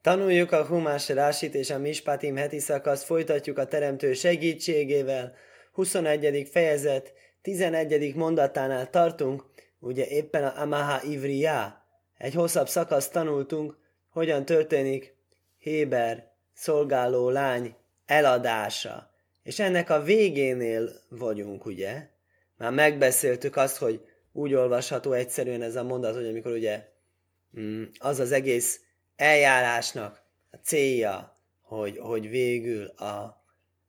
Tanuljuk a Humás Rásit és a Mispatim heti szakaszt, folytatjuk a Teremtő segítségével. 21. fejezet, 11. mondatánál tartunk, ugye éppen a Amaha Ivriá. Egy hosszabb szakaszt tanultunk, hogyan történik Héber szolgáló lány eladása. És ennek a végénél vagyunk, ugye? Már megbeszéltük azt, hogy úgy olvasható egyszerűen ez a mondat, hogy amikor ugye az az egész eljárásnak a célja, hogy végül a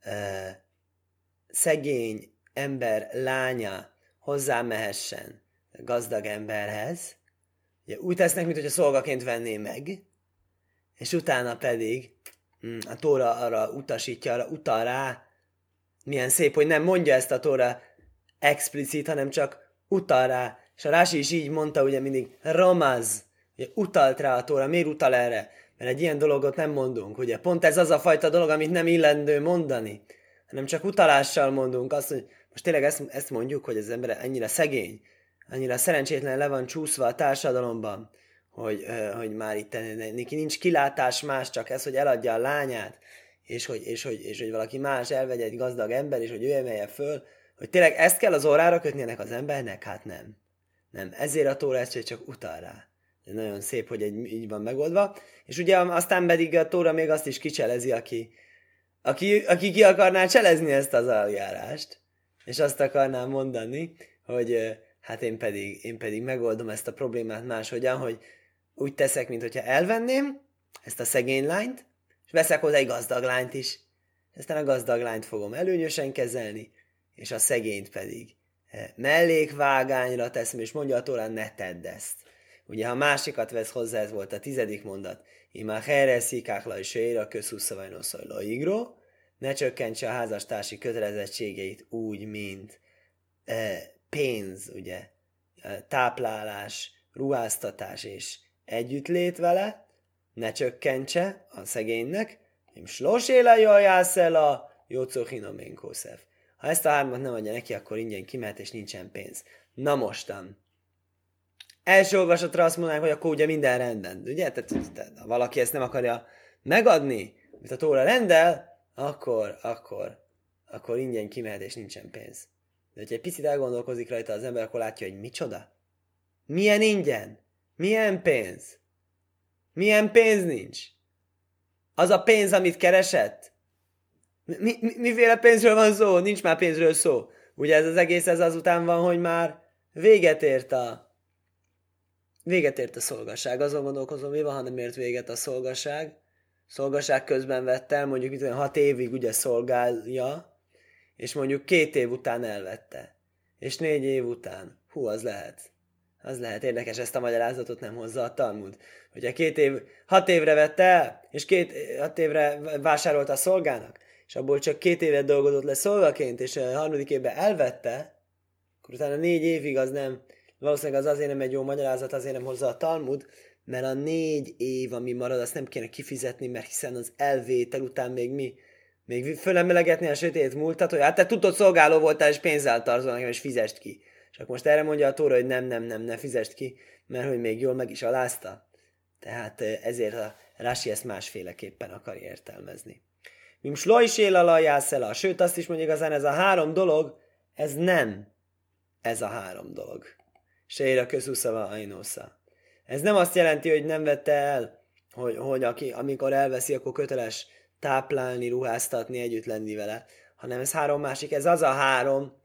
szegény ember lánya hozzámehessen a gazdag emberhez. Ugye úgy tesznek, mintha szolgaként venné meg, és utána pedig a Tóra arra utasítja, arra utal rá, milyen szép, hogy nem mondja ezt a Tóra explicit, hanem csak utal rá. És a Rási is így mondta, ugye mindig ramaz, ugye utalt rá a Tóra. Miért utal erre? Mert egy ilyen dologot nem mondunk, ugye? Pont ez az a fajta dolog, amit nem illendő mondani, hanem csak utalással mondunk azt, hogy most tényleg ezt mondjuk, hogy az ember ennyire szegény, annyira szerencsétlen le van csúszva a társadalomban, hogy már itt neki nincs kilátás más, csak ez, hogy eladja a lányát, és hogy valaki más elvegye egy gazdag ember, és hogy ő emelje föl, hogy tényleg ezt kell az órára kötni ennek az embernek? Hát nem. Nem. Ezért a Tóra ezt csak utal rá. Ez nagyon szép, hogy így van megoldva. És ugye aztán pedig a Tóra még azt is kicselezi, aki ki akarná cselezni ezt az eljárást, és azt akarná mondani, hogy hát én pedig megoldom ezt a problémát máshogyan, hogy úgy teszek, mintha elvenném ezt a szegény lányt, és veszek hozzá egy gazdag lányt is. Aztán a gazdag lányt fogom előnyösen kezelni, és a szegényt pedig mellékvágányra teszem, és mondja a Tóra, ne tedd ezt. Ugye, ha másikat vesz hozzá, ez volt a 10. mondat, Ima hereszikákla és séra közhusszavajnoszajla igró, ne csökkentse a házastársi kötelezettségeit úgy, mint pénz, ugye, táplálás, ruháztatás és együttlét vele, ne csökkentse a szegénynek, im sloséla jajászela, jócóhinoménkószef. Ha ezt a hármat nem adja neki, akkor ingyen kimehet, és nincsen pénz. Na mostan. Első olvasatra azt mondanák, hogy akkor ugye minden rendben. Ugye? Tehát, ha valaki ezt nem akarja megadni, amit a Tóra rendel, akkor ingyen kimehet, és nincsen pénz. De hogyha egy picit elgondolkozik rajta az ember, akkor látja, hogy micsoda? Milyen ingyen? Milyen pénz? Milyen pénz nincs? Az a pénz, amit keresett? Miféle pénzről van szó? Nincs már pénzről szó. Ugye ez az egész ez azután van, hogy már véget ért a szolgaság. Azon gondolkozom, mi van, ha nem ért véget a szolgaság. Szolgaság közben vett el, mondjuk 6 évig ugye szolgálja, és mondjuk 2 év után elvette. És 4 év után. Az lehet. Az lehet érdekes, ezt a magyarázatot nem hozza a Talmud. Hogyha 6 évre vette el, és 6 évre vásárolta a szolgának, és abból csak 2 évet dolgozott le szolgaként, és a 3. évben elvette, akkor utána 4 évig az nem, valószínűleg az azért nem egy jó magyarázat, azért nem hozza a Talmud, mert a 4 év, ami marad, azt nem kéne kifizetni, mert hiszen az elvétel után még fölemelegetni a sötét múltat, hogy hát te tudod, szolgáló voltál, és pénzzel tarzol nekem, és fizest ki. Csak most erre mondja a Tóra, hogy nem, ne fizest ki, mert hogy még jól meg is alázta. Tehát ezért a Rási ezt másféleképpen akar értelmezni. Mim sloj jászela. Sőt, azt is mondja igazán, ez a 3 dolog, ez nem ez a 3 dolog. Séra közhuszava ajnósza. Ez nem azt jelenti, hogy nem vette el, hogy amikor elveszi, akkor köteles táplálni, ruháztatni, együtt lenni vele, hanem ez 3 másik, ez az a 3,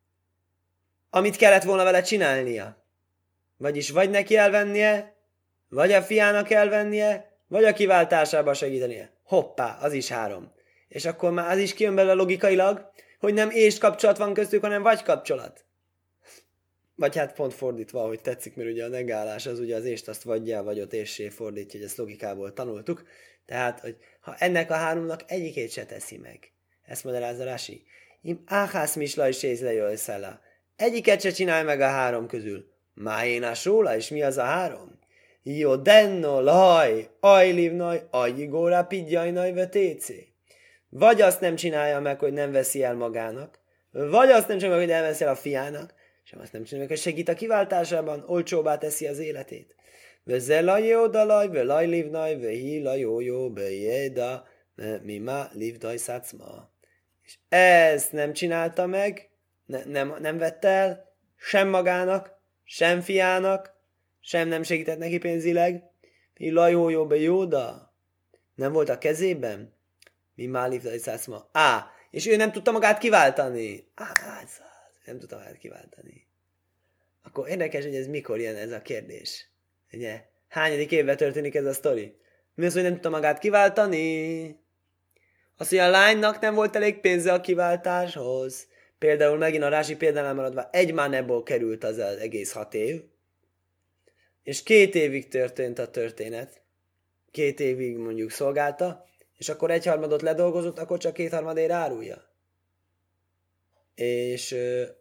amit kellett volna vele csinálnia. Vagyis vagy neki elvennie, vagy a fiának elvennie, vagy a kiváltásába segítenie. Hoppá, az is 3. És akkor már az is kijön belőle logikailag, hogy nem és kapcsolat van köztük, hanem vagy kapcsolat. Vagy hát pont fordítva, hogy tetszik, mert ugye a negálás az ugye az ést azt vagyjá, vagy ott éssé fordítja, hogy ezt logikából tanultuk. Tehát, hogy ha ennek a 3-nak egyikét se teszi meg. Ezt magyarázza Rási. Im áhász misla is észlejölszella. Egyiket se csinálj meg a 3 közül. Májénás róla, és mi az a 3? Jó denno, laj, ajlívnaj, ajigóra pidjajnaj vetécé. Vagy azt nem csinálja meg, hogy nem veszi el magának, vagy azt nem csinálja meg, hogy elveszi el a fiának, sem azt nem csinálja meg, hogy segít a kiváltásában, olcsóbbá teszi az életét. Vezela jódalaj, velaj livnaj, vehila jó bejéda, mima livdaj szácma. És ezt nem csinálta meg, nem vette el, sem magának, sem fiának, sem nem segített neki pénzileg. Hila jó bejóda. Nem volt a kezében. Mima livdaj szácma. És ő nem tudta magát kiváltani. Nem tudta magát kiváltani. Akkor érdekes, hogy ez mikor jön ez a kérdés. Ugye? Hányadik évben történik ez a sztori? Mi az, hogy nem tudta magát kiváltani? Az, hogy a lánynak nem volt elég pénze a kiváltáshoz. Például megint a Rási példánál maradva egy máneból került az egész 6 év. És 2 évig történt a történet. 2 évig mondjuk szolgálta. És akkor 1/3 ledolgozott, akkor csak 2/3 árulja. És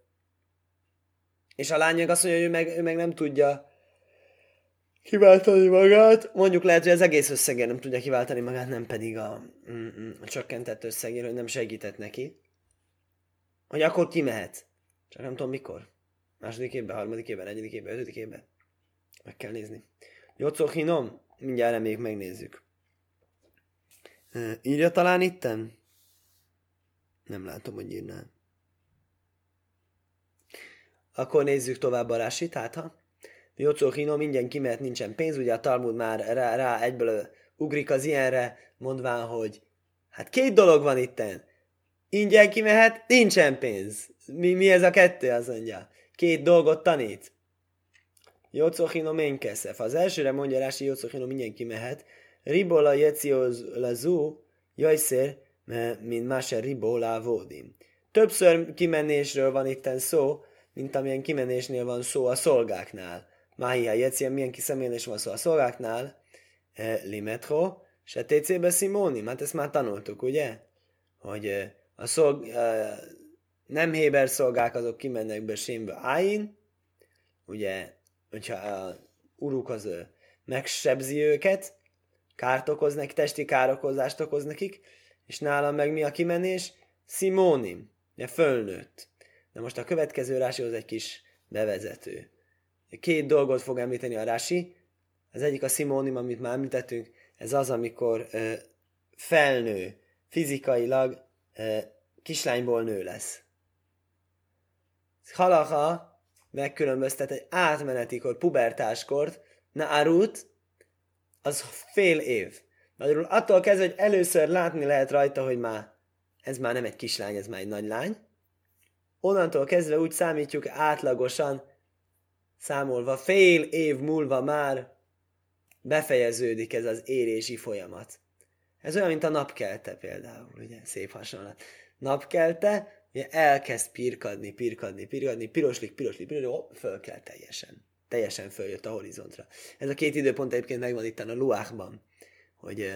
a lány meg azt mondja, hogy ő meg nem tudja kiváltani magát. Mondjuk lehet, hogy az egész összegért nem tudja kiváltani magát, nem pedig a csökkentett összegért, hogy nem segített neki. Hogy akkor kimehet. Csak nem tudom mikor. 2. évben, 3. évben, 4. évben, 5. évben. Meg kell nézni. Jocochinom, mindjárt reméljük megnézzük. Írja talán itten? Nem látom, hogy írnám. Akkor nézzük tovább a Rásit, Jocochinom, ingyen kimehet, nincsen pénz. Ugye a Talmud már rá egyből ugrik az ilyenre, mondván, hogy hát 2 dolog van itten. Ingyen kimehet, nincsen pénz. Mi ez a 2, azt mondja. 2 dolgot tanít. Jocochinom én keszef. Az elsőre mondja Rási, Jocochinom ingyen kimehet. Ribola jecioz lazú, jajszer, mint máser ribola vódim. Többször kimenésről van itten szó, mint amilyen kimenésnél van szó a szolgáknál. Máhiá jecien, milyen kiszemélés van szó a szolgáknál. Limetro, se técébe Simóni, hát ezt már tanultuk, ugye? Hogy nem héber szolgák, azok kimennek be sémbe áin, ugye, hogyha a uruk az megsebzi őket, kárt okoz nekik, testi károkozást okoz nekik, és nálam meg mi a kimenés? Simónim, ugye fölnőtt. De most a következő Rásihoz egy kis bevezető. 2 dolgot fog említeni a Rási. Az egyik a Simónim, amit már említettünk, ez az, amikor felnő, fizikailag kislányból nő lesz. Halacha megkülönböztet egy átmenetikor, pubertáskort, na'arut, az fél év. Magyarul attól kezdve, hogy először látni lehet rajta, hogy ez már nem egy kislány, ez már egy nagy lány. Onnantól kezdve úgy számítjuk átlagosan, számolva fél év múlva már befejeződik ez az érési folyamat. Ez olyan, mint a napkelte például, ugye, szép hasonlat. Napkelte, ugye elkezd pirkadni, piroslik, fölkel teljesen. Teljesen följött a horizontra. Ez a 2 időpont egyébként megvan itt a Luáchban, hogy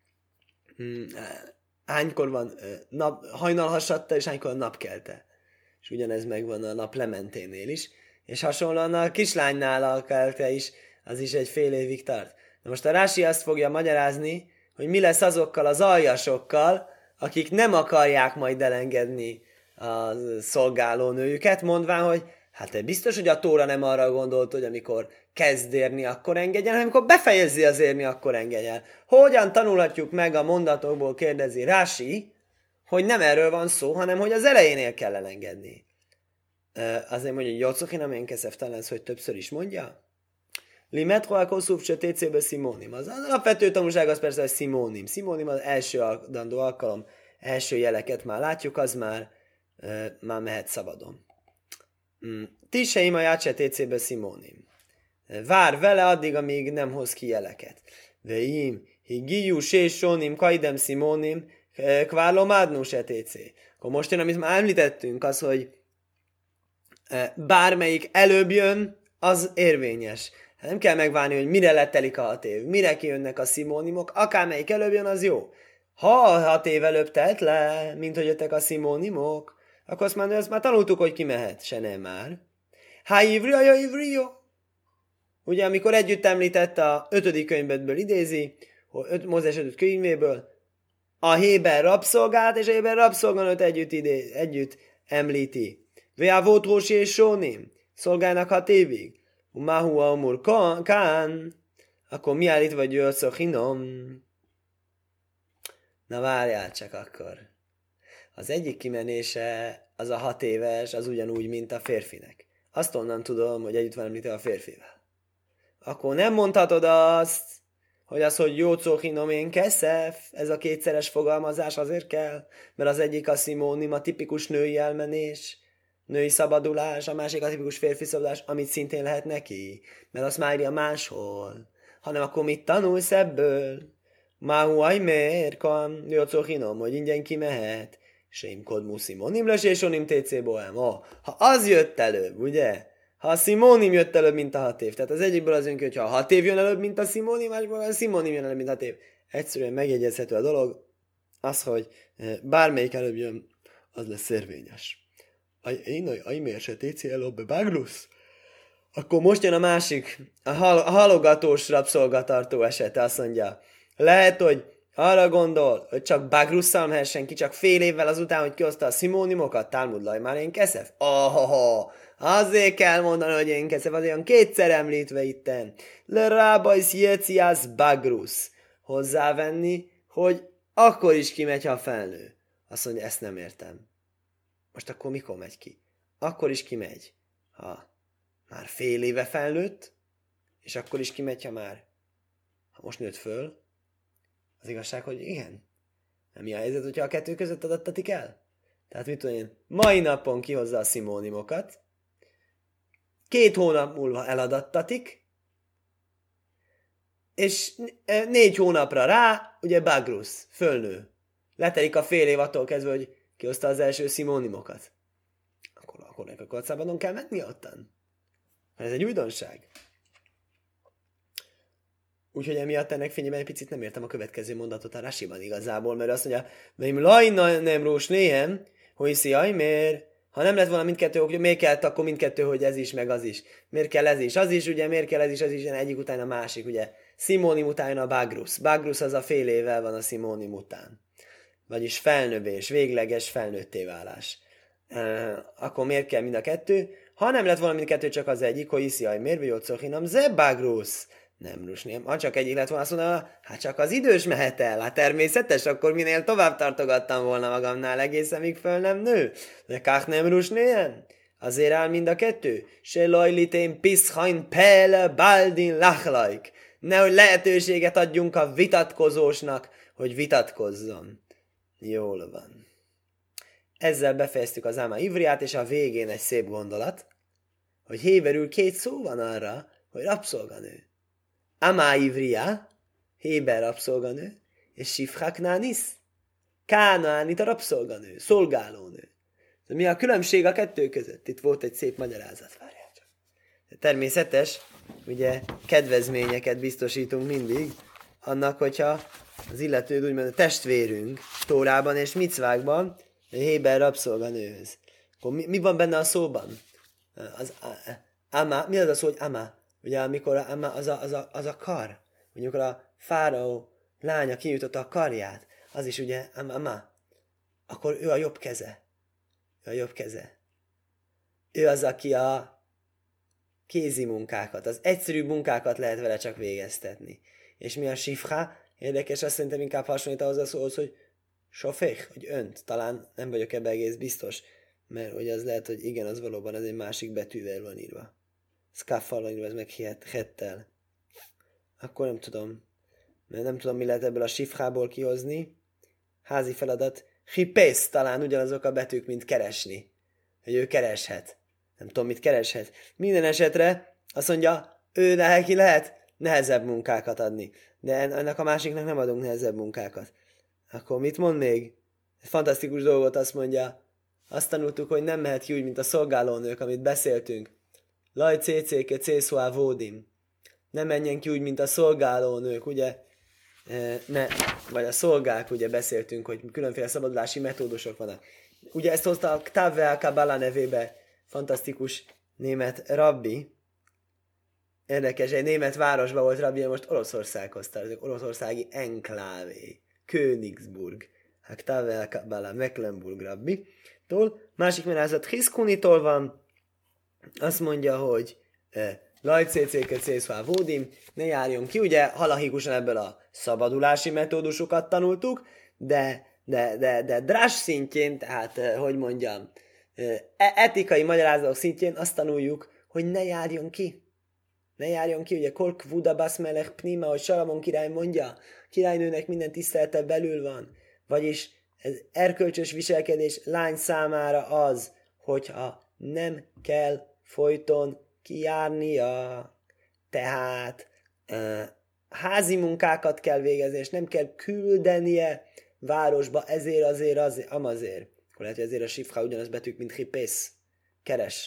hánykor van hajnalhasatta, és hánykor napkelte. És ugyanez megvan a nap lementénél is. És hasonlóan a kislánynál a kelte is, az is egy fél évig tart. Na most a Rási azt fogja magyarázni, hogy mi lesz azokkal az aljasokkal, akik nem akarják majd elengedni a szolgálónőjüket, mondván, hogy hát biztos, hogy a Tóra nem arra gondolt, hogy amikor kezd érni, akkor engedjen, hanem amikor befejezi az érni, akkor engedjen. Hogyan tanulhatjuk meg a mondatokból, kérdezi Rási, hogy nem erről van szó, hanem hogy az elejénél kell elengedni. Azért mondja, hogy Jocochinom én keszef, talán ez, hogy többször is mondja. Limetro a koszúf se técébe Simónim. Az alapvető tanulság az persze, hogy Simónim. Simónim az első adandó alkalom, első jeleket már látjuk, az már mehet szabadon. Tiseim a jácse técébe Simónim. Vár vele addig, amíg nem hoz ki jeleket. Veim, higiu sésónim, kaidem Simónim, kvárlomádnú se técé. Akkor most jön, amit már említettünk, az, hogy bármelyik előbb jön, az érvényes. Nem kell megvárni, hogy mire letelik a 6 év, mire kijönnek a szimónimok, akármelyik előbb jön, az jó. Ha 6 év előbb telt le, mint hogy jöttek a szimónimok, akkor azt már tanultuk, hogy ki mehet, se nem már. Ha ivrio, ja ivrio. Ugye, amikor együtt említett a 5. könyvből idézi, Mózes 5. könyvéből, a héber rabszolgát és a héber rabszolganőt együtt említi. Veavótrósi és sónim, szolgálnak 6 évig. Mahu amur kán, akkor mi állít vagy jöjtszochinom? Na várjál csak akkor. Az egyik kimenése, az a 6 éves, az ugyanúgy, mint a férfinek. Azt onnan tudom, hogy együtt van említve a férfivel. Akkor nem mondhatod azt, hogy jócóhinom én keszef, ez a kétszeres fogalmazás azért kell, mert az egyik a szimónim, a tipikus női elmenés, női szabadulás, a másik a tipikus férfi szabadulás, amit szintén lehet neki, mert azt már írja máshol. Hanem akkor mit tanulsz ebből? Máhu ajmér, kam, jócóhinom, hogy ingyen kimehet. Sém kod muszimonim les és onim TC bohem. Ha az jött előbb, ugye? Ha a szimónim jött előbb, mint a 6 év. Tehát az egyikből az jön ki, hogyha a 6 év jön előbb, mint a szimónim, másból a szimónim jön előbb, mint a 6 év. Egyszerűen megjegyezhető a dolog, az, hogy bármelyik előbb jön, az lesz érvényes. Ajmér se TC előbb bagrusz. Akkor most jön a másik, a halogatós rabszolgatartó esete, azt mondja, lehet, hogy arra gondol, hogy csak bagrusszal mehessen ki, csak fél évvel azután, hogy kihozta a szimónimokat, Talmud Lajmár én keszef? Azért kell mondani, hogy én keszef, az olyan kétszer említve itten. Le rábajsz jeciász bagrusz. Hozzávenni, hogy akkor is kimegy, ha felnő. Azt mondja, ezt nem értem. Most akkor mikor megy ki? Akkor is kimegy, ha már fél éve felnőtt, és akkor is kimegy, ha most nőtt föl. Az igazság, hogy igen. Nem mi a helyzet, hogyha a kettő között adattatik el? Tehát mit tudom én, mai napon kihozza a szimónimokat, 2 hónap múlva eladattatik, és 4 hónapra rá, ugye bagrusz, fölnő. Letelik a fél év attól kezdve, hogy kihozta az első szimónimokat. Akkor szabadon kell menni ottan. Ez egy újdonság. Úgyhogy emiatt ennek fényében egy picit nem értem a következő mondatot a Rasiban igazából, mert azt mondja, mert lajna nem rós néhem, hogy szia, miért? Ha nem lett volna mindkettő, akkor miért kellett akkor mindkettő, hogy ez is, meg az is? Miért kell ez is, az is, ugye, miért kell ez is, az is, egyik után a másik, ugye? Szimónim után a bagrusz. Bagrusz az a fél évvel van a szimónim után. Vagyis felnövés, végleges felnőtté válás. Akkor miért kell mind a kettő? Ha nem lett volna mindkettő, csak az egyik, hogy szia, miért vagy ott szokinam, ze bagrusz. Nem rusném. Ha csak egyik lett volna, azt mondja, hát csak az idős mehet el. Hát természetes, akkor minél tovább tartogattam volna magamnál egészen, míg föl nem nő. De kák nem rusném? Azért áll mind a kettő. Se lajlitén piszhain pele baldin lachlajk. Nehogy lehetőséget adjunk a vitatkozósnak, hogy vitatkozzon. Jól van. Ezzel befejeztük az Áma Ivriát, és a végén egy szép gondolat, hogy héberül 2 szó van arra, hogy rabszolganő. Amá Ivria, Héber rabszolganő, és Sifhaknánis, Kánaánit a rabszolganő, szolgálónő. De mi a különbség a kettő között? Itt volt egy szép magyarázat, várjál csak. De természetes, ugye kedvezményeket biztosítunk mindig, annak, hogyha az illető úgymond a testvérünk Tórában és micvákban, a Héber rabszolganőhöz. Akkor mi van benne a szóban? Mi az a szó, hogy Ama? Ugye amikor az a kar, amikor a fáraó lánya kinyújtotta a karját, az is ugye Ama. Akkor ő a jobb keze. Ő az, aki a kézi munkákat, az egyszerű munkákat lehet vele csak végeztetni. És mi a sifha? Érdekes, azt szerintem inkább hasonlít ahhoz a szóhoz, hogy sofék, hogy önt. Talán nem vagyok ebben egész biztos, mert hogy az lehet, hogy igen, az valóban az egy másik betűvel van írva. Skaffal van írva, ez meg hettel. Akkor nem tudom. Mert nem tudom, mi lehet ebből a sifhából kihozni. Házi feladat. Hipész talán ugyanazok a betűk, mint keresni. Hogy ő kereshet. Nem tudom, mit kereshet. Minden esetre azt mondja, ő neki lehet nehezebb munkákat adni. De ennek a másiknak nem adunk nehezebb munkákat. Akkor mit mond még? Egy fantasztikus dolgot azt mondja. Azt tanultuk, hogy nem mehet ki úgy, mint a szolgálónők, amit beszéltünk. Laj cécéke cészóá vódim. Ne menjen ki úgy, mint a szolgálónők, ugye? Vagy a szolgák, ugye beszéltünk, hogy különféle szabadulási metódusok vannak. Ugye ezt hozta a Ktavvel Kabbalah nevébe fantasztikus német rabbi. Érdekes, egy német városban volt rabbi, most Oroszországhoz tartozik, oroszországi enklávé. Königsburg. A Ktavvel Kabbalah Mecklenburg rabbi. Másik menázat Hiszkunitól van. Azt mondja, hogy Lajcécéket szészvá vódim, ne járjon ki. Ugye halahikusan ebből a szabadulási metódusokat tanultuk, de drás szintjén, tehát, hogy mondjam, etikai magyarázatok szintjén azt tanuljuk, hogy ne járjon ki. Ne járjon ki, ugye Kolk Vudabas Melech Pnima, hogy Salamon király mondja, királynőnek minden tisztelete belül van. Vagyis ez erkölcsös viselkedés lány számára az, hogyha nem kell folyton kijárnia. Tehát házi munkákat kell végezni, és nem kell küldenie városba, ezért, amazért. Akkor lehet, hogy ezért a sifra ugyanaz betűk, mint hipész, keres,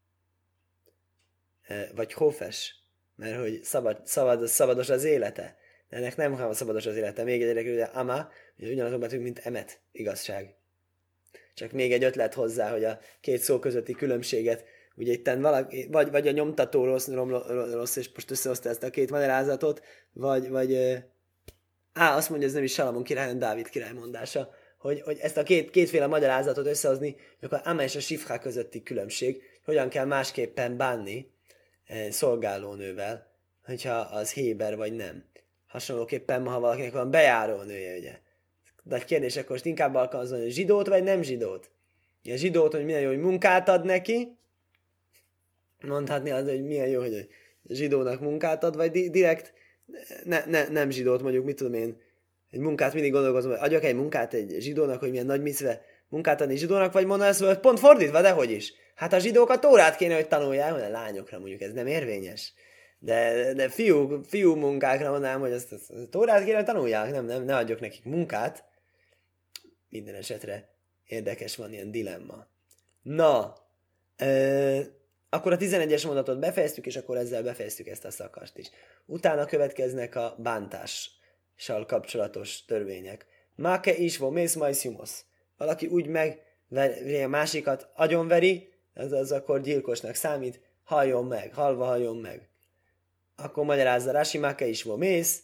vagy hófes, mert hogy szabados az élete. De ennek nem szabados az élete. Még egy érdekes, hogy ama, ugyanazok betűk, mint emet, igazság. Csak még egy ötlet hozzá, hogy a két szó közötti különbséget, ugye itt valaki, vagy a nyomtató rossz, és most összehozta ezt a két magyarázatot, vagy azt mondja, ez nem is Salamon király, hanem Dávid király mondása, hogy ezt a kétféle magyarázatot összehozni, akkor ama és a sifra közötti különbség, hogyan kell másképpen bánni szolgálónővel, hogyha az héber vagy nem. Hasonlóképpen, ha valakinek van bejárónője, ugye. Nagy kérdés, akkor most inkább alkalmazni, hogy zsidót vagy nem zsidót. A zsidót, hogy milyen jó, hogy munkát ad neki, mondhatni az, hogy milyen jó, hogy a zsidónak munkát ad, vagy direkt nem zsidót, mondjuk, mit tudom én, egy munkát mindig gondolkozom, hogy adjak egy munkát egy zsidónak, hogy milyen nagy mitzve munkát adni zsidónak, vagy mondaná ezt, hogy pont fordítva, dehogy is. Hát a zsidók a Tórát kéne, hogy tanulják, hogy a lányokra mondjuk ez nem érvényes. De fiú munkákra mondanám, hogy ezt a Tórát kéne, hogy tanulják, ne adjuk nekik munkát. Minden esetre érdekes van ilyen dilemma. Na, akkor a 11-es mondatot befejeztük, és akkor ezzel befejeztük ezt a szakaszt is. Utána következnek a bántással kapcsolatos törvények. Máke isvo, mész majsziumosz. Valaki úgy megveri a másikat, agyonveri, az akkor gyilkosnak számít, halva halljon meg. Akkor magyarázza Rási, máke isvo, mész.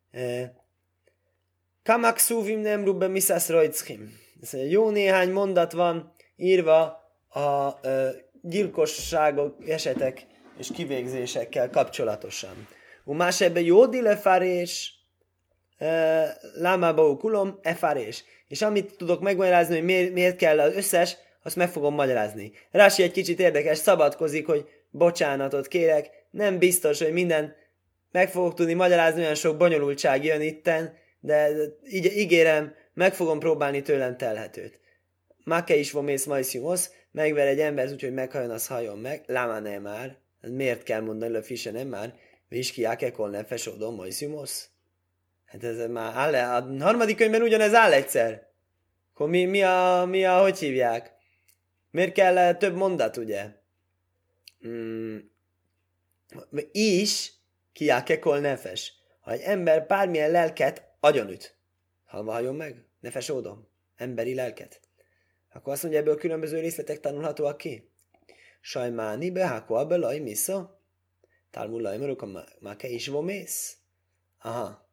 Kamak szúvim nem rubbe miszász rajcchim. Jó néhány mondat van írva a gyilkosságok, esetek és kivégzésekkel kapcsolatosan. Más ebben jó dilefárés, lámába kulom, efárés. És amit tudok megmagyarázni, hogy miért kell az összes, azt meg fogom magyarázni. Rási egy kicsit érdekes, szabadkozik, hogy bocsánatot kérek, nem biztos, hogy minden meg fogok tudni magyarázni, olyan sok bonyolultság jön itten, de ígérem, meg fogom próbálni tőlem telhetőt. Máke is vomész majsziumosz, megver egy embert, úgyhogy meghajjon, az halljon meg. Láma nem már. Miért kell mondani, hogy fise nem már? Viskiák ekol nem fesodom majsziumosz? Hát ez már áll a harmadik könyvben ugyanez áll egyszer. Akkor mi a hogy hívják? Miért kell több mondat, ugye? Is kiák ekol nefes. Ha egy ember bármilyen lelket agyonüt, halva halljon meg? Nefesódom. Emberi lelket. Akkor azt mondja, ebből különböző részletek tanulhatóak ki. Sajmáni behákol belaj misza? Talmud lajmeruk a máke is vomész? Aha.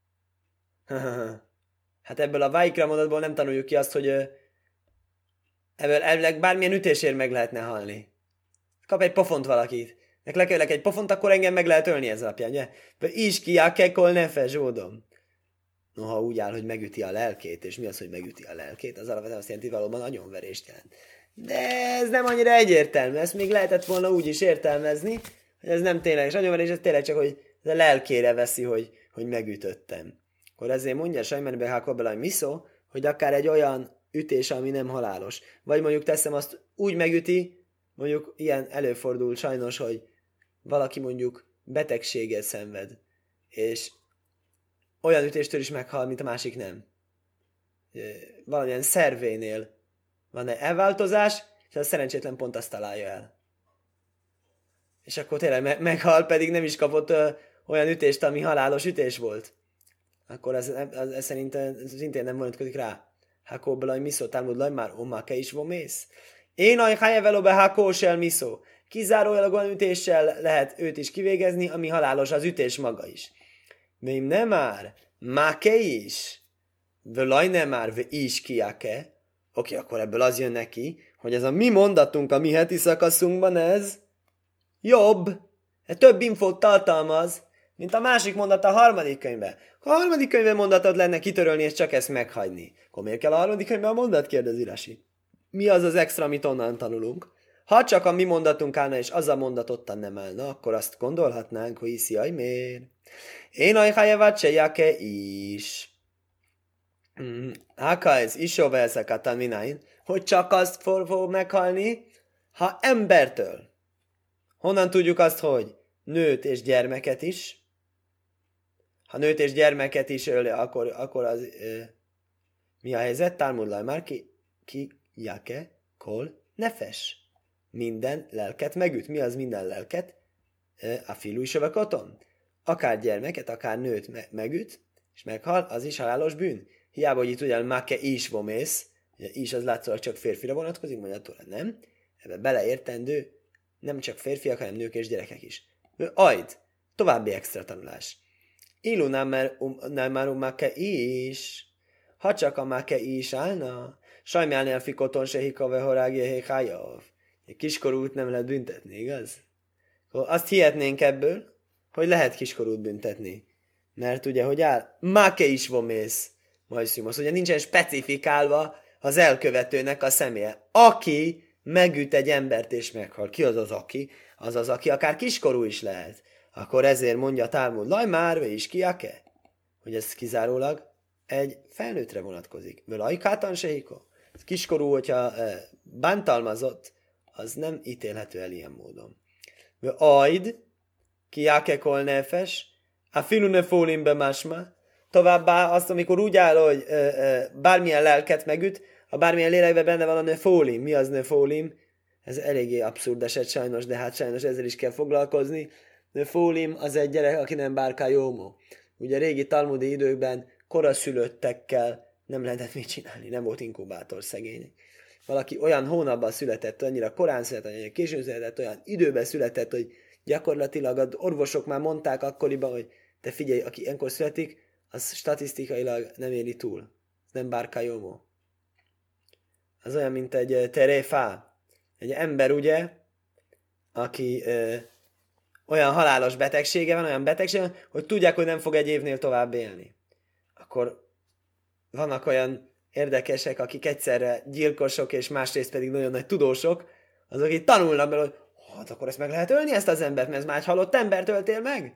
Hát ebből a Vájikra mondatból nem tanuljuk ki azt, hogy ebből elvileg bármilyen ütésért meg lehetne halni. Kap egy pofont valakit. Lekölök egy pofont, akkor engem meg lehet ölni ez alapján, ugye? Is ki a kekol nefe, zsódom. Noha úgy áll, hogy megüti a lelkét, és mi az, hogy megüti a lelkét? Az alapvetően azt jelenti, valóban agyonverést jelent. De ez nem annyira egyértelmű, ezt még lehetett volna úgy is értelmezni, hogy ez nem tényleges agyonverés, ez tényleg csak, hogy a lelkére veszi, hogy megütöttem. Akkor ezért mondja Sajmerbe Hákobelaj Miszó, hogy akár egy olyan ütés, ami nem halálos. Vagy mondjuk teszem azt úgy megüti, mondjuk ilyen előfordul sajnos, hogy valaki mondjuk betegséget szenved, és olyan ütéstől is meghal, mint a másik nem. Valamilyen szervénél van egy elváltozás, és a szerencsétlen pont azt találja el. És akkor tényleg meghal, pedig nem is kapott olyan ütést, ami halálos ütés volt. Akkor ez szerintem szintén nem vonatkozik rá. Hákóbelaj miszó, Talmud laj már, omáke is vomész. Én a hajevelóbe hákósel miszó. Kizárólag olyan ütéssel lehet őt is kivégezni, ami halálos, az ütés maga is. Vém nem már, máke is. Völaj nem már, ve is kiake. Oké, akkor ebből az jön neki, hogy ez a mi mondatunk a mi heti szakaszunkban ez jobb. Több infót tartalmaz, mint a másik mondat a harmadik könyvben. Ha a harmadik könyvben mondatod lenne kitörölni, és csak ezt meghagyni, akkor miért kell a harmadik könyvben a mondat, kérdezi Rasi. Mi az az extra, amit onnan tanulunk? Ha csak a mi mondatunk állna, és az a mondat ottan nem állna, akkor azt gondolhatnánk, hogy jaj, miért? Én ajhájevát se jake is. Haka ez isóva ezek a tanminain, hogy csak azt fog meghalni, ha embertől. Honnan tudjuk azt, hogy nőt és gyermeket is? Ha nőt és gyermeket is öl, akkor az mi a helyzet? Talmud már ki jake kol nefes. Minden lelket megüt. Mi az minden lelket? A filu is koton. Akár gyermeket, akár nőt megüt, és meghal, az is halálos bűn. Hiába, hogy itt ugye make is vomész, is az látszólag csak férfira vonatkozik, mondja tőle, nem? Ebbe beleértendő, nem csak férfiak, hanem nők és gyerekek is. Ajd, további extra tanulás. Ilu nem már make is. Ha csak a make is állna, sajmálni a fikoton se hikave horágja hékájav. Egy kiskorút nem lehet büntetni, igaz? Azt hihetnénk ebből, hogy lehet kiskorút büntetni. Mert ugye, hogy áll, make is vomész, majszimos, ugye nincsen specifikálva az elkövetőnek a személye. Aki megüt egy embert és meghal. Ki az az aki? Az az, aki akár kiskorú is lehet. Akkor ezért mondja Talmud, laj már, is kiake? Hogy ez kizárólag egy felnőttre vonatkozik. Völajkátan sehiko. Kiskorú, hogyha bántalmazott, az nem ítélhető el ilyen módon. Ajd, kiake kol nefes, a filune fólim be másma. Továbbá azt, amikor úgy áll, hogy bármilyen lelket megüt, a bármilyen lélekben benne van a nefólim. Mi az nefólim? Ez eléggé abszurd eset sajnos, de hát sajnos ezzel is kell foglalkozni. Nefólim az egy gyerek, aki nem bárká jómó. Ugye régi talmudi időkben koraszülöttekkel nem lehetett mit csinálni, nem volt inkubátor szegény. Valaki olyan hónapban született, annyira korán született, annyira későn született, olyan időben született, hogy gyakorlatilag az orvosok már mondták akkoriban, hogy te figyelj, aki ilyenkor születik, az statisztikailag nem éli túl. Ez nem bárká jómó. Az olyan, mint egy teréfá. Egy ember, ugye, aki olyan halálos betegsége van, olyan betegsége, hogy tudják, hogy nem fog egy évnél tovább élni. Akkor vannak olyan érdekesek, akik egyszerre gyilkosok, és másrészt pedig nagyon nagy tudósok, azok itt tanulnak belőle, hogy hát akkor ezt meg lehet ölni, ezt az embert, mert ez már egy halott embert öltél meg?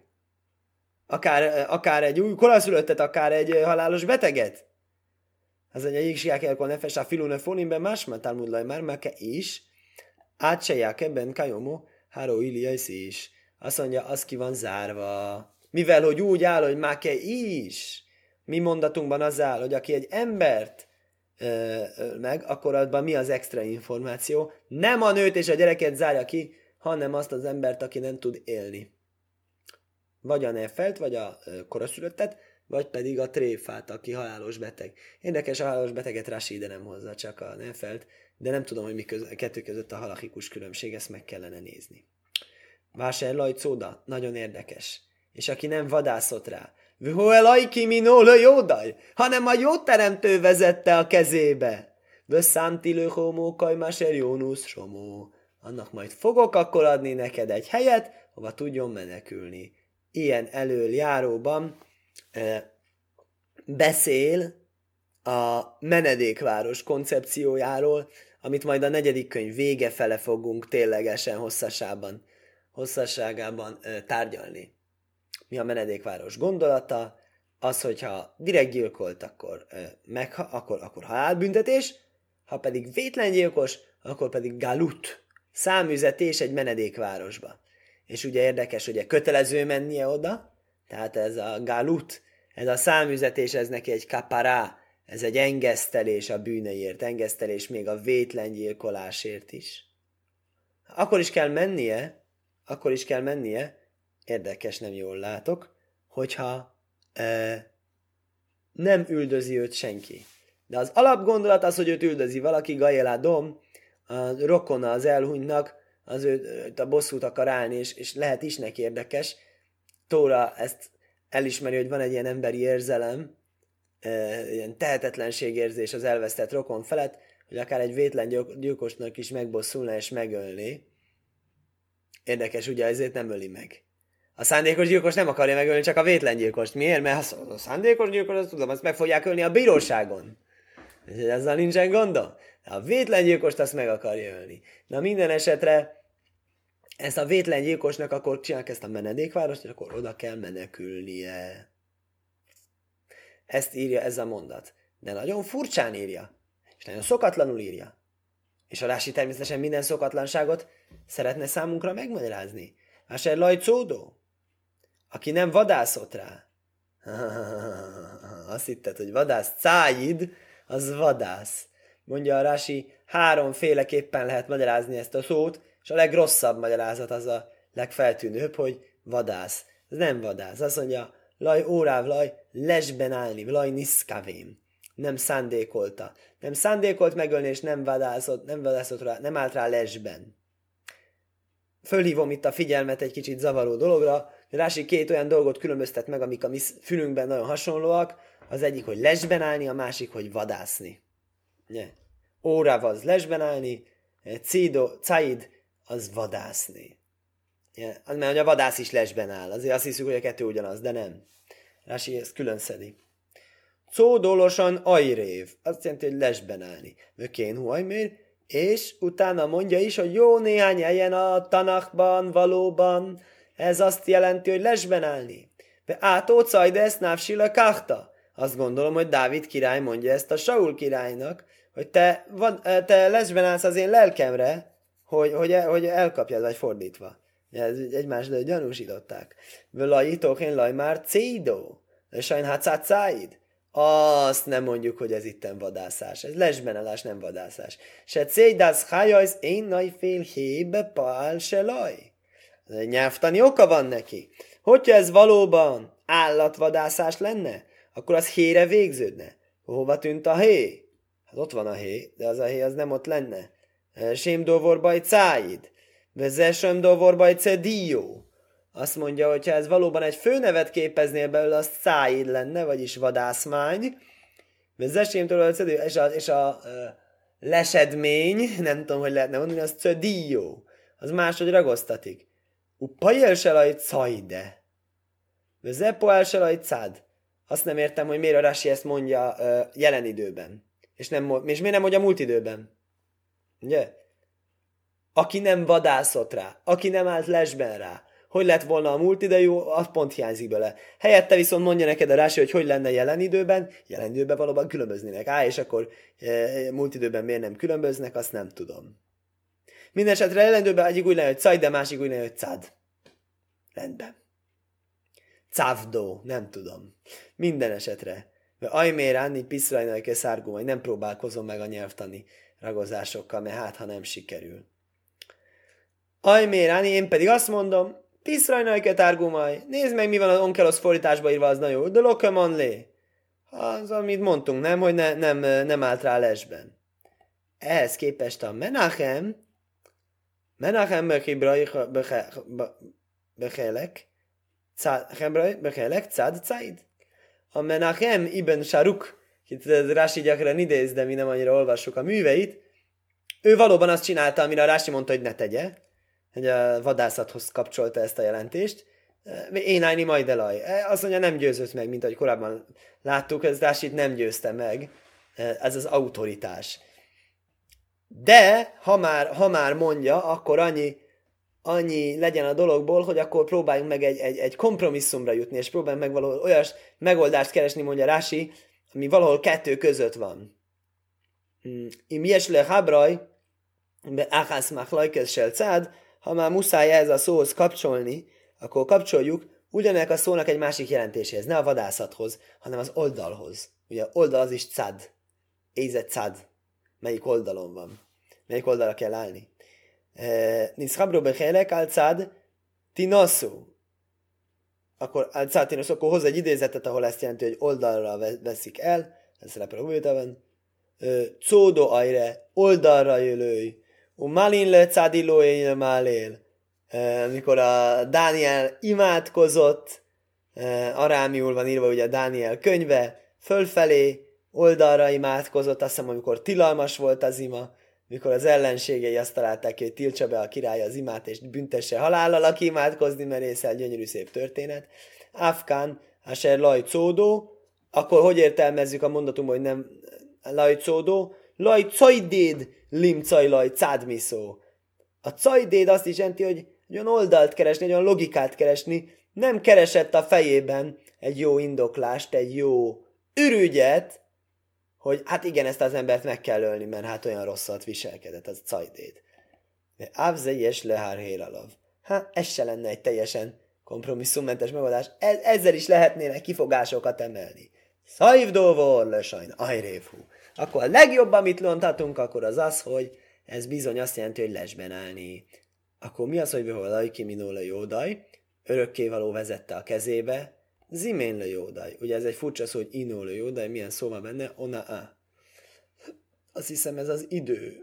Akár egy új koraszülöttet, akár egy halálos beteget. Az egy egyik elkor nefes a filune folimben másma, Talmud már meke is, átseják ebben kajomo, háró iliais is. Azt mondja, az ki van zárva. Mivel, hogy úgy áll, hogy make is, mi mondatunkban az áll, hogy aki egy embert öl meg, akkor abban mi az extra információ? Nem a nőt és a gyereket zárja ki, hanem azt az embert, aki nem tud élni. Vagy a nefelt, vagy a koraszülöttet, vagy pedig a tréfát, aki halálos beteg. Érdekes, a halálos beteget Rashi ide nem hozza, csak a nefelt, de nem tudom, hogy mi kettő között a halachikus különbség, ezt meg kellene nézni. Vásárlaj szóda, nagyon érdekes. És aki nem vadászott rá, hanem a jóteremtő vezette a kezébe. Vösszántilő homó kajmáser jónusz somó. Annak majd fogok akkor adni neked egy helyet, hova tudjon menekülni. Ilyen elöljáróban beszél a menedékváros koncepciójáról, amit majd a 4. könyv vége fele fogunk ténylegesen hosszasságában tárgyalni. Mi a menedékváros gondolata? Az, hogyha direkt gyilkolt, akkor halálbüntetés, ha pedig vétlengyilkos, akkor pedig galut, számüzetés egy menedékvárosba. És ugye érdekes, ugye kötelező mennie oda, tehát ez a galut, ez a számüzetés, ez neki egy kapará, ez egy engesztelés a bűneiért, engesztelés még a vétlengyilkolásért is. Akkor is kell mennie, érdekes, nem jól látok, hogyha nem üldözi őt senki. De az alapgondolat az, hogy őt üldözi valaki, Gajeládom, a rokona az elhunytnak, az őt a bosszút akar állni, és lehet is neki érdekes. Tóra ezt elismeri, hogy van egy ilyen emberi érzelem, ilyen tehetetlenségérzés az elvesztett rokon felett, hogy akár egy vétlen gyilkosnak is megbosszulna és megölné. Érdekes, ugye ezért nem öli meg. A szándékos gyilkos nem akarja megölni, csak a vétlen gyilkost. Miért? Mert a szándékos gyilkos, azt tudom, azt meg fogják ölni a bíróságon. És ezzel nincsen gondom. A vétlen gyilkost azt meg akarja ölni. Na minden esetre ezt a vétlen gyilkosnak akkor csinálják ezt a menedékvárost, és akkor oda kell menekülnie. Ezt írja ez a mondat. De nagyon furcsán írja. És nagyon szokatlanul írja. És a Rási természetesen minden szokatlanságot szeretne számunkra megmagyarázni. Vásár lajcódó, aki nem vadászott rá. Azt hitted, hogy vadász cáid, az vadász. Mondja a Rási, háromféleképpen lehet magyarázni ezt a szót, és a legrosszabb magyarázat az a legfeltűnőbb, hogy vadász. Ez nem vadász. Azt mondja, laj óráv, laj lesben állni, laj niszkavém. Nem szándékolta. Nem szándékolt megölni, és nem vadászott rá, nem állt rá lesben. Fölhívom itt a figyelmet egy kicsit zavaró dologra. Rási két olyan dolgot különböztet meg, amik a mi fülünkben nagyon hasonlóak. Az egyik, hogy lesben állni, a másik, hogy vadászni. Óráv az lesben állni, caid az vadászni. Mert hogy a vadász is lesben áll. Azért azt hiszük, hogy a kettő ugyanaz, de nem. Rási ezt külön szedi. Códolosan ajrév. Azt jelenti, hogy lesben állni. Mökén huajmér. És utána mondja is, hogy jó néhány helyen a Tanachban valóban ez azt jelenti, hogy lesben állni. De átócaj, de ezt návsila kachta. Azt gondolom, hogy Dávid király mondja ezt a Saul királynak, hogy te lesben állsz az én lelkemre, hogy elkapjad, vagy fordítva. Egymásra gyanúsították. Völajítok én laj már cédó. Sajn hátszátszáid. Azt nem mondjuk, hogy ez itten vadászás. Ez lesbenállás, nem vadászás. Se cédász hájajsz én najfél hébe pál se laj. Egy nyelvtani oka van neki. Hogyha ez valóban állatvadászás lenne, akkor az hére végződne. Hova tűnt a hé? Hát ott van a hé, de az a hé az nem ott lenne. Sém dovorbaj cáid. Vezesem dovorbaj cedió. Azt mondja, hogy ha ez valóban egy főnevet képeznél belőle, az cáid lenne, vagyis vadászmány. Vezesem dovorbaj cedió. És a lesedmény, nem tudom, hogy lehetne mondani, az cedió. Az máshogy ragoztatik. Upajel selaj cajde. Vezepoel selaj cád. Azt nem értem, hogy miért a Rási ezt mondja jelen időben. És miért nem mondja múlt időben. Ugye? Aki nem vadászott rá, aki nem állt lesben rá, hogy lett volna a múlt idejű, az pont hiányzik bele. Helyette viszont mondja neked a Rási, hogy lenne jelen időben valóban különböznének. És akkor múlt időben miért nem különböznek, azt nem tudom. Mindenesetre jelen időben egyik úgy lenne, hogy caj, de másik úgy lenne, hogy cád. Rendben. Cávdó, nem tudom. Minden esetre. Ajmér Anni piszrajnai szárgumai, nem próbálkozom meg a nyelvtani ragozásokkal, mert hát, ha nem sikerül. Ajmér Anni, én pedig azt mondom, piszrajnai tárgumai, nézd meg, mi van az onkelosz fordításba írva, az nagyon jó, de lokemon lé. Az, amit mondtunk, nem, hogy nem állt rá lesben. Ehhez képest a Menachem bechelek, cád cáid. A Menachem ibn Saruk, itt Rási gyakran idéz, de mi nem annyira olvassuk a műveit, ő valóban azt csinálta, amire a Rási mondta, hogy ne tegye, hogy a vadászathoz kapcsolta ezt a jelentést. Én állni majd elaj. Azt mondja, nem győzött meg, mint ahogy korábban láttuk, ez Rásit nem győzte meg. Ez az autoritás. De, ha már mondja, akkor annyi legyen a dologból, hogy akkor próbáljunk meg egy kompromisszumra jutni, és próbáljunk meg valahol olyas megoldást keresni, mondja Rási, ami valahol kettő között van. Im jesle habraj, be áhász machlajkez sel cád, ha már muszáj ez a szóhoz kapcsolni, akkor kapcsoljuk ugyanek a szónak egy másik jelentéséhez, ne a vadászathoz, hanem az oldalhoz. Ugye oldal az is cád. Ézet cád. Melyik oldalon van? Melyik oldalra kell állni? Niszhabro bechelek al cád tinasszú. Akkor al cád tinasszú, akkor hoz egy idézetet, ahol ezt jelenti, hogy oldalra veszik el. Ez szerepel a újítában. Códo ajre, oldalra jölőj. Malin le cádilóény málél. Amikor a Dániel imádkozott, arámiul van írva ugye a Dániel könyve, fölfelé, oldalra imádkozott, azt hiszem, amikor tilalmas volt az ima, mikor az ellenségei azt találták ki, hogy tiltsa be a király az imát, és büntesse halállal, aki imádkozni merészel, gyönyörű szép történet. Afkán, Asher lajcódó, akkor hogy értelmezzük a mondatumban, hogy nem lajcódó? Lajcajdéd limcajlaj cádmiszó. A cajdéd azt is jelenti, hogy olyan oldalt keresni, egy olyan logikát keresni, nem keresett a fejében egy jó indoklást, egy jó ürügyet, hogy hát igen, ezt az embert meg kell ölni, mert hát olyan rosszat viselkedett, az cajdéd. Ávzejes lehár hélalav. Ez se lenne egy teljesen kompromisszummentes megoldás. Ezzel is lehetnének kifogásokat emelni. Szajvdóvor lösajn, ajréfú. Akkor a legjobb, amit mondhatunk, akkor az az, hogy ez bizony azt jelenti, hogy lesben állni. Akkor mi az, hogy beholaj ki minóla jódaj? Örökkévaló vezette a kezébe. Zimén le jódaj. Ugye ez egy furcsa szó, hogy inó le jódaj, milyen szó van benne? Ona a. Azt hiszem ez az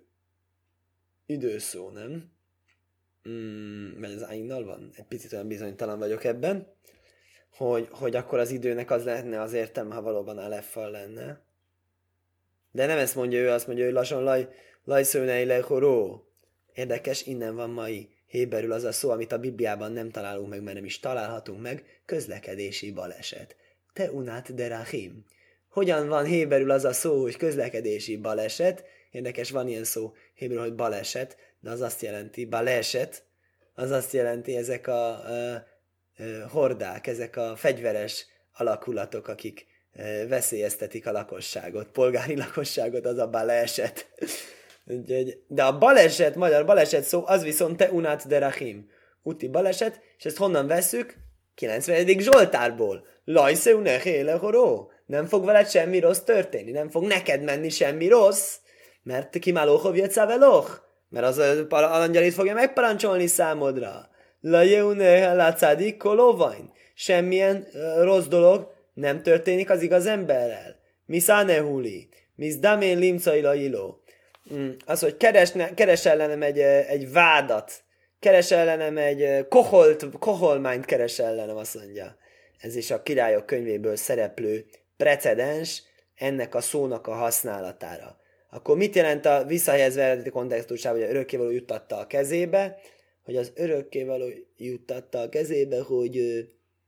időszó, nem? Vagy az áinnal van? Egy picit olyan bizonytalan vagyok ebben, hogy akkor az időnek az lehetne az értelme, ha valóban aleffal lenne. De nem ezt mondja ő, azt mondja, hogy lassan lajszőnei lehoró. Érdekes, innen van mai héberül az a szó, amit a Bibliában nem találunk meg, mert nem is találhatunk meg, közlekedési baleset. Te unát derachim. Hogyan van héberül az a szó, hogy közlekedési baleset? Érdekes, van ilyen szó héberül, hogy baleset, de az azt jelenti, baleset, az azt jelenti, ezek a hordák, ezek a fegyveres alakulatok, akik veszélyeztetik a lakosságot, polgári lakosságot, az a baleset. De a baleset, magyar baleset szó, az viszont te unát derachim. Uti baleset, és ezt honnan vesszük? 90. Zsoltárból. Lajsze unechéle horó. Nem fog veled semmi rossz történni, nem fog neked menni semmi rossz, mert kimálóhov jötszáveloch, mert az angyalét fogja megparancsolni számodra. Lajeune látszádik kolóvain. Semmilyen rossz dolog nem történik az igaz emberrel. Miszánehuli. Mizdamén limcaila iló. Az, hogy keres ellenem egy vádat, keres ellenem egy koholmányt keres ellenem, azt mondja. Ez is a Királyok könyvéből szereplő precedens ennek a szónak a használatára. Akkor mit jelent a visszahelyezve eredeti kontextusában, hogy az örökkévaló juttatta a kezébe? Hogy az örökkévaló juttatta a kezébe, hogy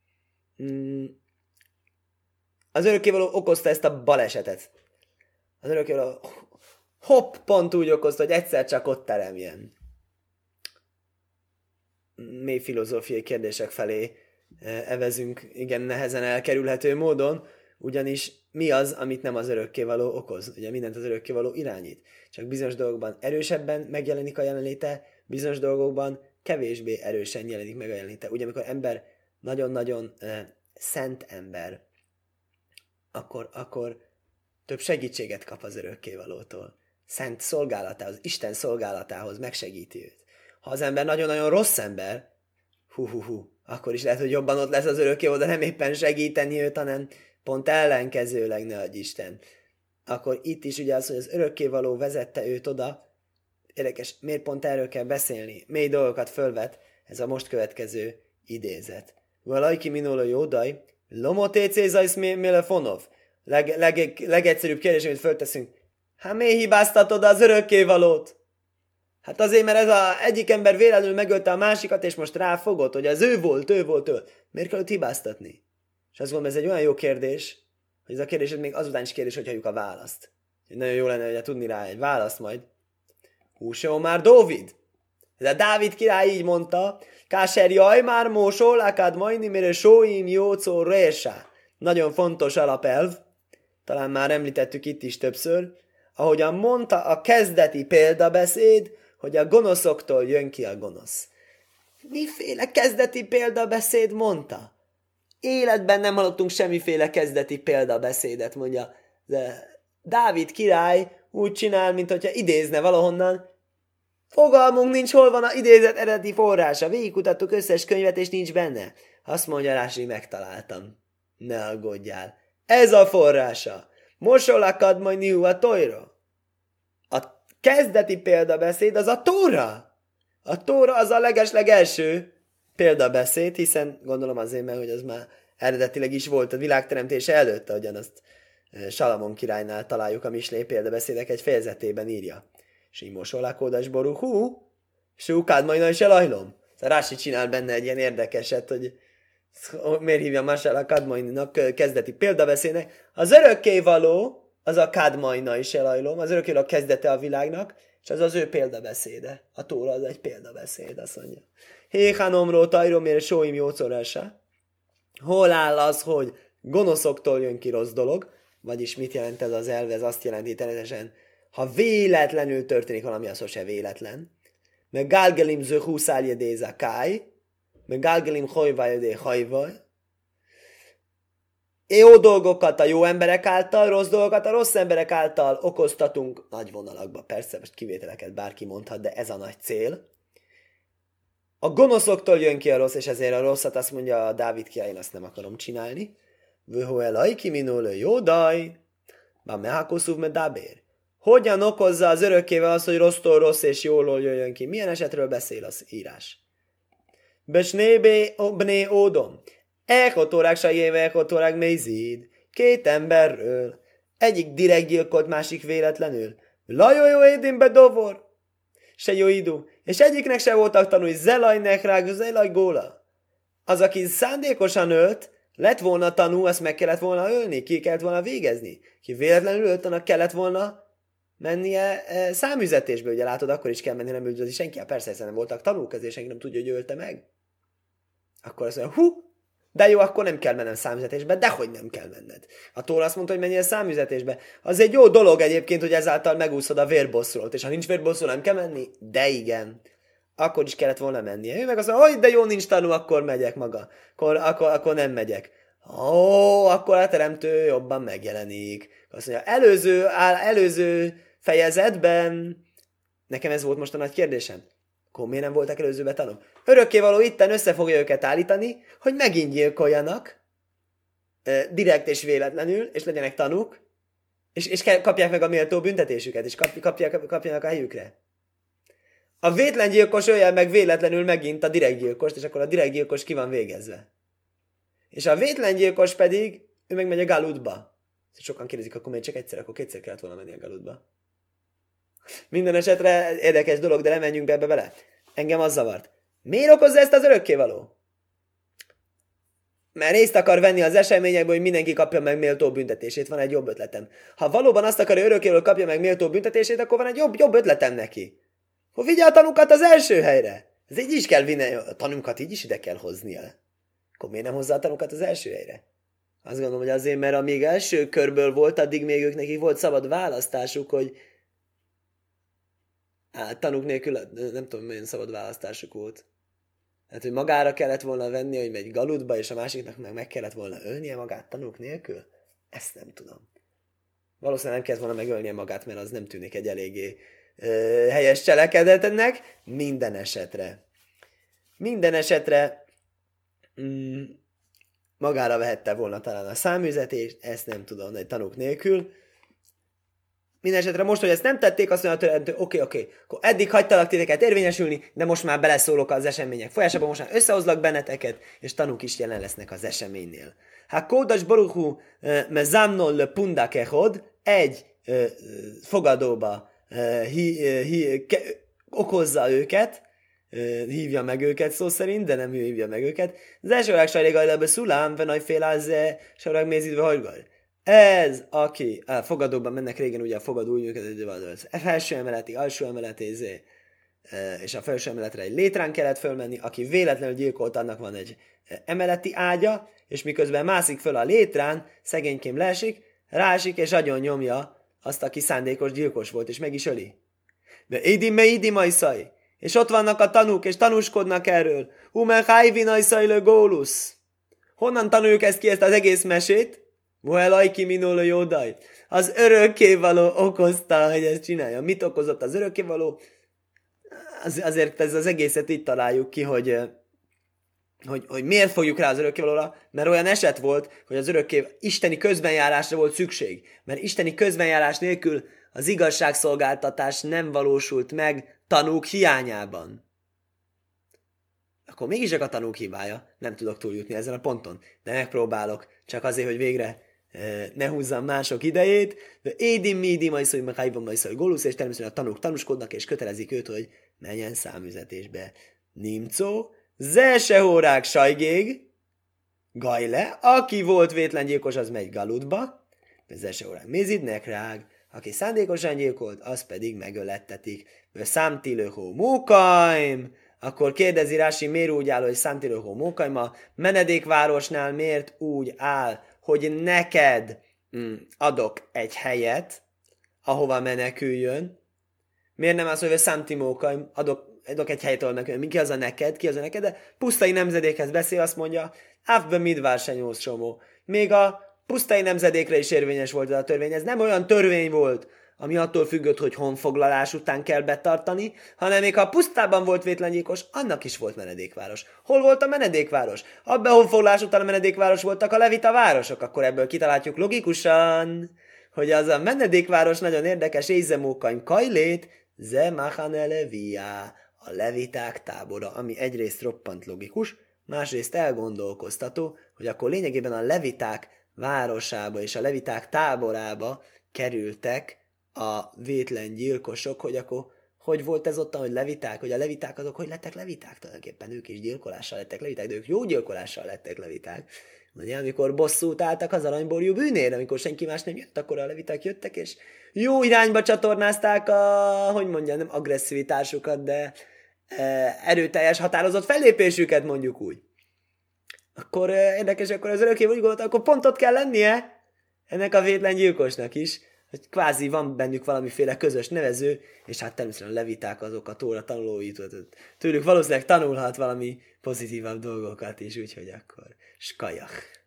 az örökkévaló okozta ezt a balesetet. Az örökkévaló pont úgy okozta, hogy egyszer csak ott teremjen. Mély filozófiai kérdések felé evezünk igen nehezen elkerülhető módon, ugyanis mi az, amit nem az örökkévaló okoz? Ugye mindent az örökkévaló irányít. Csak bizonyos dolgokban erősebben megjelenik a jelenléte, bizonyos dolgokban kevésbé erősen jelenik meg a jelenléte. Ugye amikor ember nagyon-nagyon szent ember, akkor több segítséget kap az örökkévalótól. Szent szolgálatához, Isten szolgálatához megsegíti őt. Ha az ember nagyon-nagyon rossz ember, akkor is lehet, hogy jobban ott lesz az örökkévaló, de nem éppen segíteni őt, hanem pont ellenkezőleg, ne adj Isten. Akkor itt is ugye az, hogy az örökkévaló vezette őt oda, érdekes, miért pont erről kell beszélni? Mély dolgokat fölvet ez a most következő idézet. Valaki minóla jódaj, lomotécézajsz mélefonov. Legegyszerűbb kérdés, amit fölteszünk. Hát miért hibáztatod az örökkévalót? Hát azért, mert ez az egyik ember véletlenül megölte a másikat, és most ráfogott, hogy az ő volt. Miért kell őt hibáztatni? És azt gondolom, ez egy olyan jó kérdés, hogy ez a kérdés még azután is kérdés, hogy halljuk a választ. Nagyon jó lenne, hogy tudni rá egy választ majd. Húsó már Dávid. De Dávid király így mondta, Káser jaj már mósó, lakád majni, mire sóim jócó résa. Nagyon fontos alapelv, talán már említettük itt is többször, ahogyan mondta a kezdeti példabeszéd, hogy a gonoszoktól jön ki a gonosz. Miféle kezdeti példabeszéd mondta? Életben nem hallottunk semmiféle kezdeti példabeszédet, mondja. De Dávid király úgy csinál, mint hogyha idézne valahonnan. Fogalmunk nincs, hol van a idézet eredeti forrása. Végigkutattuk összes könyvet, és nincs benne. Azt mondja Rási, megtaláltam. Ne aggódjál. Ez a forrása. Mosolakad majd nihu a tojra. A kezdeti példabeszéd az a Tóra. A Tóra az a legeslegelső példabeszéd, hiszen gondolom azért, mert hogy az már eredetileg is volt a világteremtése előtt, ahogyan azt Salamon királynál találjuk, a Mislé példabeszédek egy fejezetében írja. Simosol kódas boruhú, Súkád majd is elajlom. Rási csinál benne egy ilyen érdekeset, hogy miért hívja Masala Kadmainak kezdeti példabeszédnek. Az örökkévaló, az a Kadmaina is elajlom, az örökkévaló a kezdete a világnak, és az az ő példabeszéde. A Tóra az egy példabeszéd, azt mondja. Héhanomról tajromére sóim jócorása. Hol áll az, hogy gonoszoktól jön ki rossz dolog, vagyis mit jelent ez az elv? Ez azt jelenti természetesen, ha véletlenül történik valami, az sose véletlen. Meg gálgelim zöhú száljedé zakály, meg gálgelim hajvájdé hajvaj. Jó dolgokat a jó emberek által, rossz dolgokat a rossz emberek által okoztatunk nagy vonalakba. Persze, most kivételeket bárki mondhat, de ez a nagy cél. A gonoszoktól jön ki a rossz, és ezért a rosszat azt mondja a Dávid ki, én azt nem akarom csinálni. Vöho elaj kiminulő jó daj, már mehakoszúv me dabér. Hogyan okozza az örökkével az, hogy rossztól rossz és jólól jöjjön ki? Milyen esetről beszél az írás? Besnébé bné ódom. Echotórág sajéve echotórág mézid. Két emberről. Egyik direkt gyilkolt, másik véletlenül. Lajó édin bedovor. Se jó idő. És egyiknek se voltak tanulni. Zelajnek rág, zelaj góla. Az, aki szándékosan ölt, lett volna tanú, azt meg kellett volna ölni, ki kellett volna végezni. Ki véletlenül ölt, annak kellett volna mennie számüzetésbe. Ugye látod, akkor is kell menni, nem üldözni senki. Hát persze, hiszen nem voltak tanúk, ezért senki nem tudja, hogy ölte meg. Akkor azt mondja, de jó, akkor nem kell mennem számüzetésbe, dehogy nem kell menned. A Tóra azt mondta, hogy menjél számüzetésbe. Az egy jó dolog egyébként, hogy ezáltal megúszod a vérbosszúról. És ha nincs vérbosszú, nem kell menni? De igen. Akkor is kellett volna mennie. Ő meg azt mondja, hogy de jó, nincs tanú, akkor megyek maga. Akkor nem megyek. Akkor a teremtő jobban megjelenik. Azt mondja, előző fejezetben, nekem ez volt most a nagy kérdésem. Akkor miért nem voltak előzőben tanúk? Örökkévaló itten össze fogja őket állítani, hogy megint gyilkoljanak, direkt és véletlenül, és legyenek tanúk, és kapják meg a méltó büntetésüket, és kapjanak a helyükre. A vétlen gyilkos ölje meg véletlenül megint a direkt gyilkost, és akkor a direkt gyilkos ki van végezve. És a vétlen gyilkos pedig, ő meg megy a galutba. Sokan kérdezik, akkor miért csak egyszer, akkor kétszer kellett volna menni a galutba. Minden esetre érdekes dolog, de nem menjünk be ebbe bele. Engem az zavart. Miért okozza ezt az örökkévaló? Mert részt akar venni az eseményekből, hogy mindenki kapja meg méltó büntetését. Van egy jobb ötletem. Ha valóban azt akarja, hogy örökkévaló kapja meg méltó büntetését, akkor van egy jobb ötletem neki. Hogy vigye a tanúkat az első helyre. Ez így is kell vinni, a tanúkat így is ide kell hoznia. Akkor miért nem hozza a tanúkat az első helyre? Azt gondolom, hogy azért, mert amíg első körből volt, addig még ők nekik volt szabad választásuk, hogy tanúk nélkül, nem tudom, milyen szabad választásuk volt. Hát, hogy magára kellett volna venni, hogy megy galutba, és a másiknak meg kellett volna ölnie magát tanúk nélkül? Ezt nem tudom. Valószínűleg nem kellett volna megölnie magát, mert az nem tűnik egy eléggé helyes cselekedetnek. Minden esetre magára vehette volna talán a számüzetést, ezt nem tudom, egy tanúk nélkül. Mindenesetre most, hogy ezt nem tették, azt mondja a teremtő, oké, akkor eddig hagytalak titeket érvényesülni, de most már beleszólok az események folyásában, most már összehozlak benneteket, és tanúk is jelen lesznek az eseménynél. Ha kódas baruchu me zamnol le pundakehod, egy fogadóba okozza őket, hívja meg őket szó szerint, de nem ő hívja meg őket. Az első orák sajrégajlebe szulám, venaj féláze, sorák mézidve hajgaj. Ez, aki fogadóban mennek régen, ugye a fogadó úgy működött, hogy a felső emeleti, alsó emeleti, és a felső emeletre egy létrán kellett fölmenni, aki véletlenül gyilkolt, annak van egy emeleti ágya, és miközben mászik föl a létrán, szegénykém leesik, rásik és agyon nyomja azt, aki szándékos gyilkos volt, és meg is öli. De idi majszai, és ott vannak a tanúk, és tanúskodnak erről. Umen hájvi najszai le gólusz. Honnan tanuljuk ezt ki, ezt az egész mesét? Muelajki minoló jódaj. Az örökkévaló okozta, hogy ezt csinálja. Mit okozott az örökkévaló? Azért ez az egészet itt találjuk ki, hogy miért fogjuk rá az örökkévalóra, mert olyan eset volt, hogy az isteni közbenjárásra volt szükség. Mert isteni közbenjárás nélkül az igazságszolgáltatás nem valósult meg tanúk hiányában. Akkor mégis csak a tanúk hibája. Nem tudok túljutni ezen a ponton. De megpróbálok. Csak azért, hogy végre ne húzzam mások idejét, de édim, mídi, majszolj, meg hájban majszolj golusz, és természetesen a tanúk tanúskodnak, és kötelezik őt, hogy menjen számüzetésbe. Nimcó, zelsehórák sajgég, gajle, aki volt vétlengyilkos, az megy galudba, zelsehórák mézidnek rág, aki szándékosan gyilkolt, az pedig megölettetik. Számtilőhó mókaim, akkor kérdezi Rási, miért úgy áll, hogy számtilőhó mókaim, a menedékvárosnál miért úgy áll, hogy neked adok egy helyet, ahova meneküljön. Miért nem az, hogy számtimókaim, adok egy helyet, ahol meneküljön. Ki az a neked? Ki az a neked? De pusztai nemzedékhez beszél, azt mondja, Ávbe midvár se nyolc somó. Még a pusztai nemzedékre is érvényes volt a törvény. Ez nem olyan törvény volt, ami attól függött, hogy honfoglalás után kell betartani, hanem még ha pusztában volt vétlengyilkos, annak is volt menedékváros. Hol volt a menedékváros? Abban honfoglalás után a menedékváros voltak a levita városok, akkor ebből kitaláljuk logikusan, hogy az a menedékváros nagyon érdekes, éjzemókaim kajlét, ze machane levia, a leviták tábora, ami egyrészt roppant logikus, másrészt elgondolkoztató, hogy akkor lényegében a leviták városába és a leviták táborába kerültek a vétlen gyilkosok, hogy akkor hogy volt ez ottan, hogy leviták, hogy a leviták azok hogy lettek leviták? Tulajdonképpen ők is gyilkolással lettek leviták, de ők jó gyilkolással lettek leviták. Ugye, amikor bosszút álltak az aranyborjú bűnére, amikor senki más nem jött, akkor a leviták jöttek, és jó irányba csatornázták hogy mondjam, nem agresszivitásukat, de erőteljes, határozott fellépésüket, mondjuk úgy. Akkor érdekes, akkor az örökké úgy gondolta, akkor pontot kell lennie ennek a vétlen gyilkosnak is, hogy kvázi van bennük valamiféle közös nevező, és hát természetesen a leviták azok a Tóra tanulói, tőlük valószínűleg tanulhat valami pozitívabb dolgokat is, úgyhogy akkor skajach.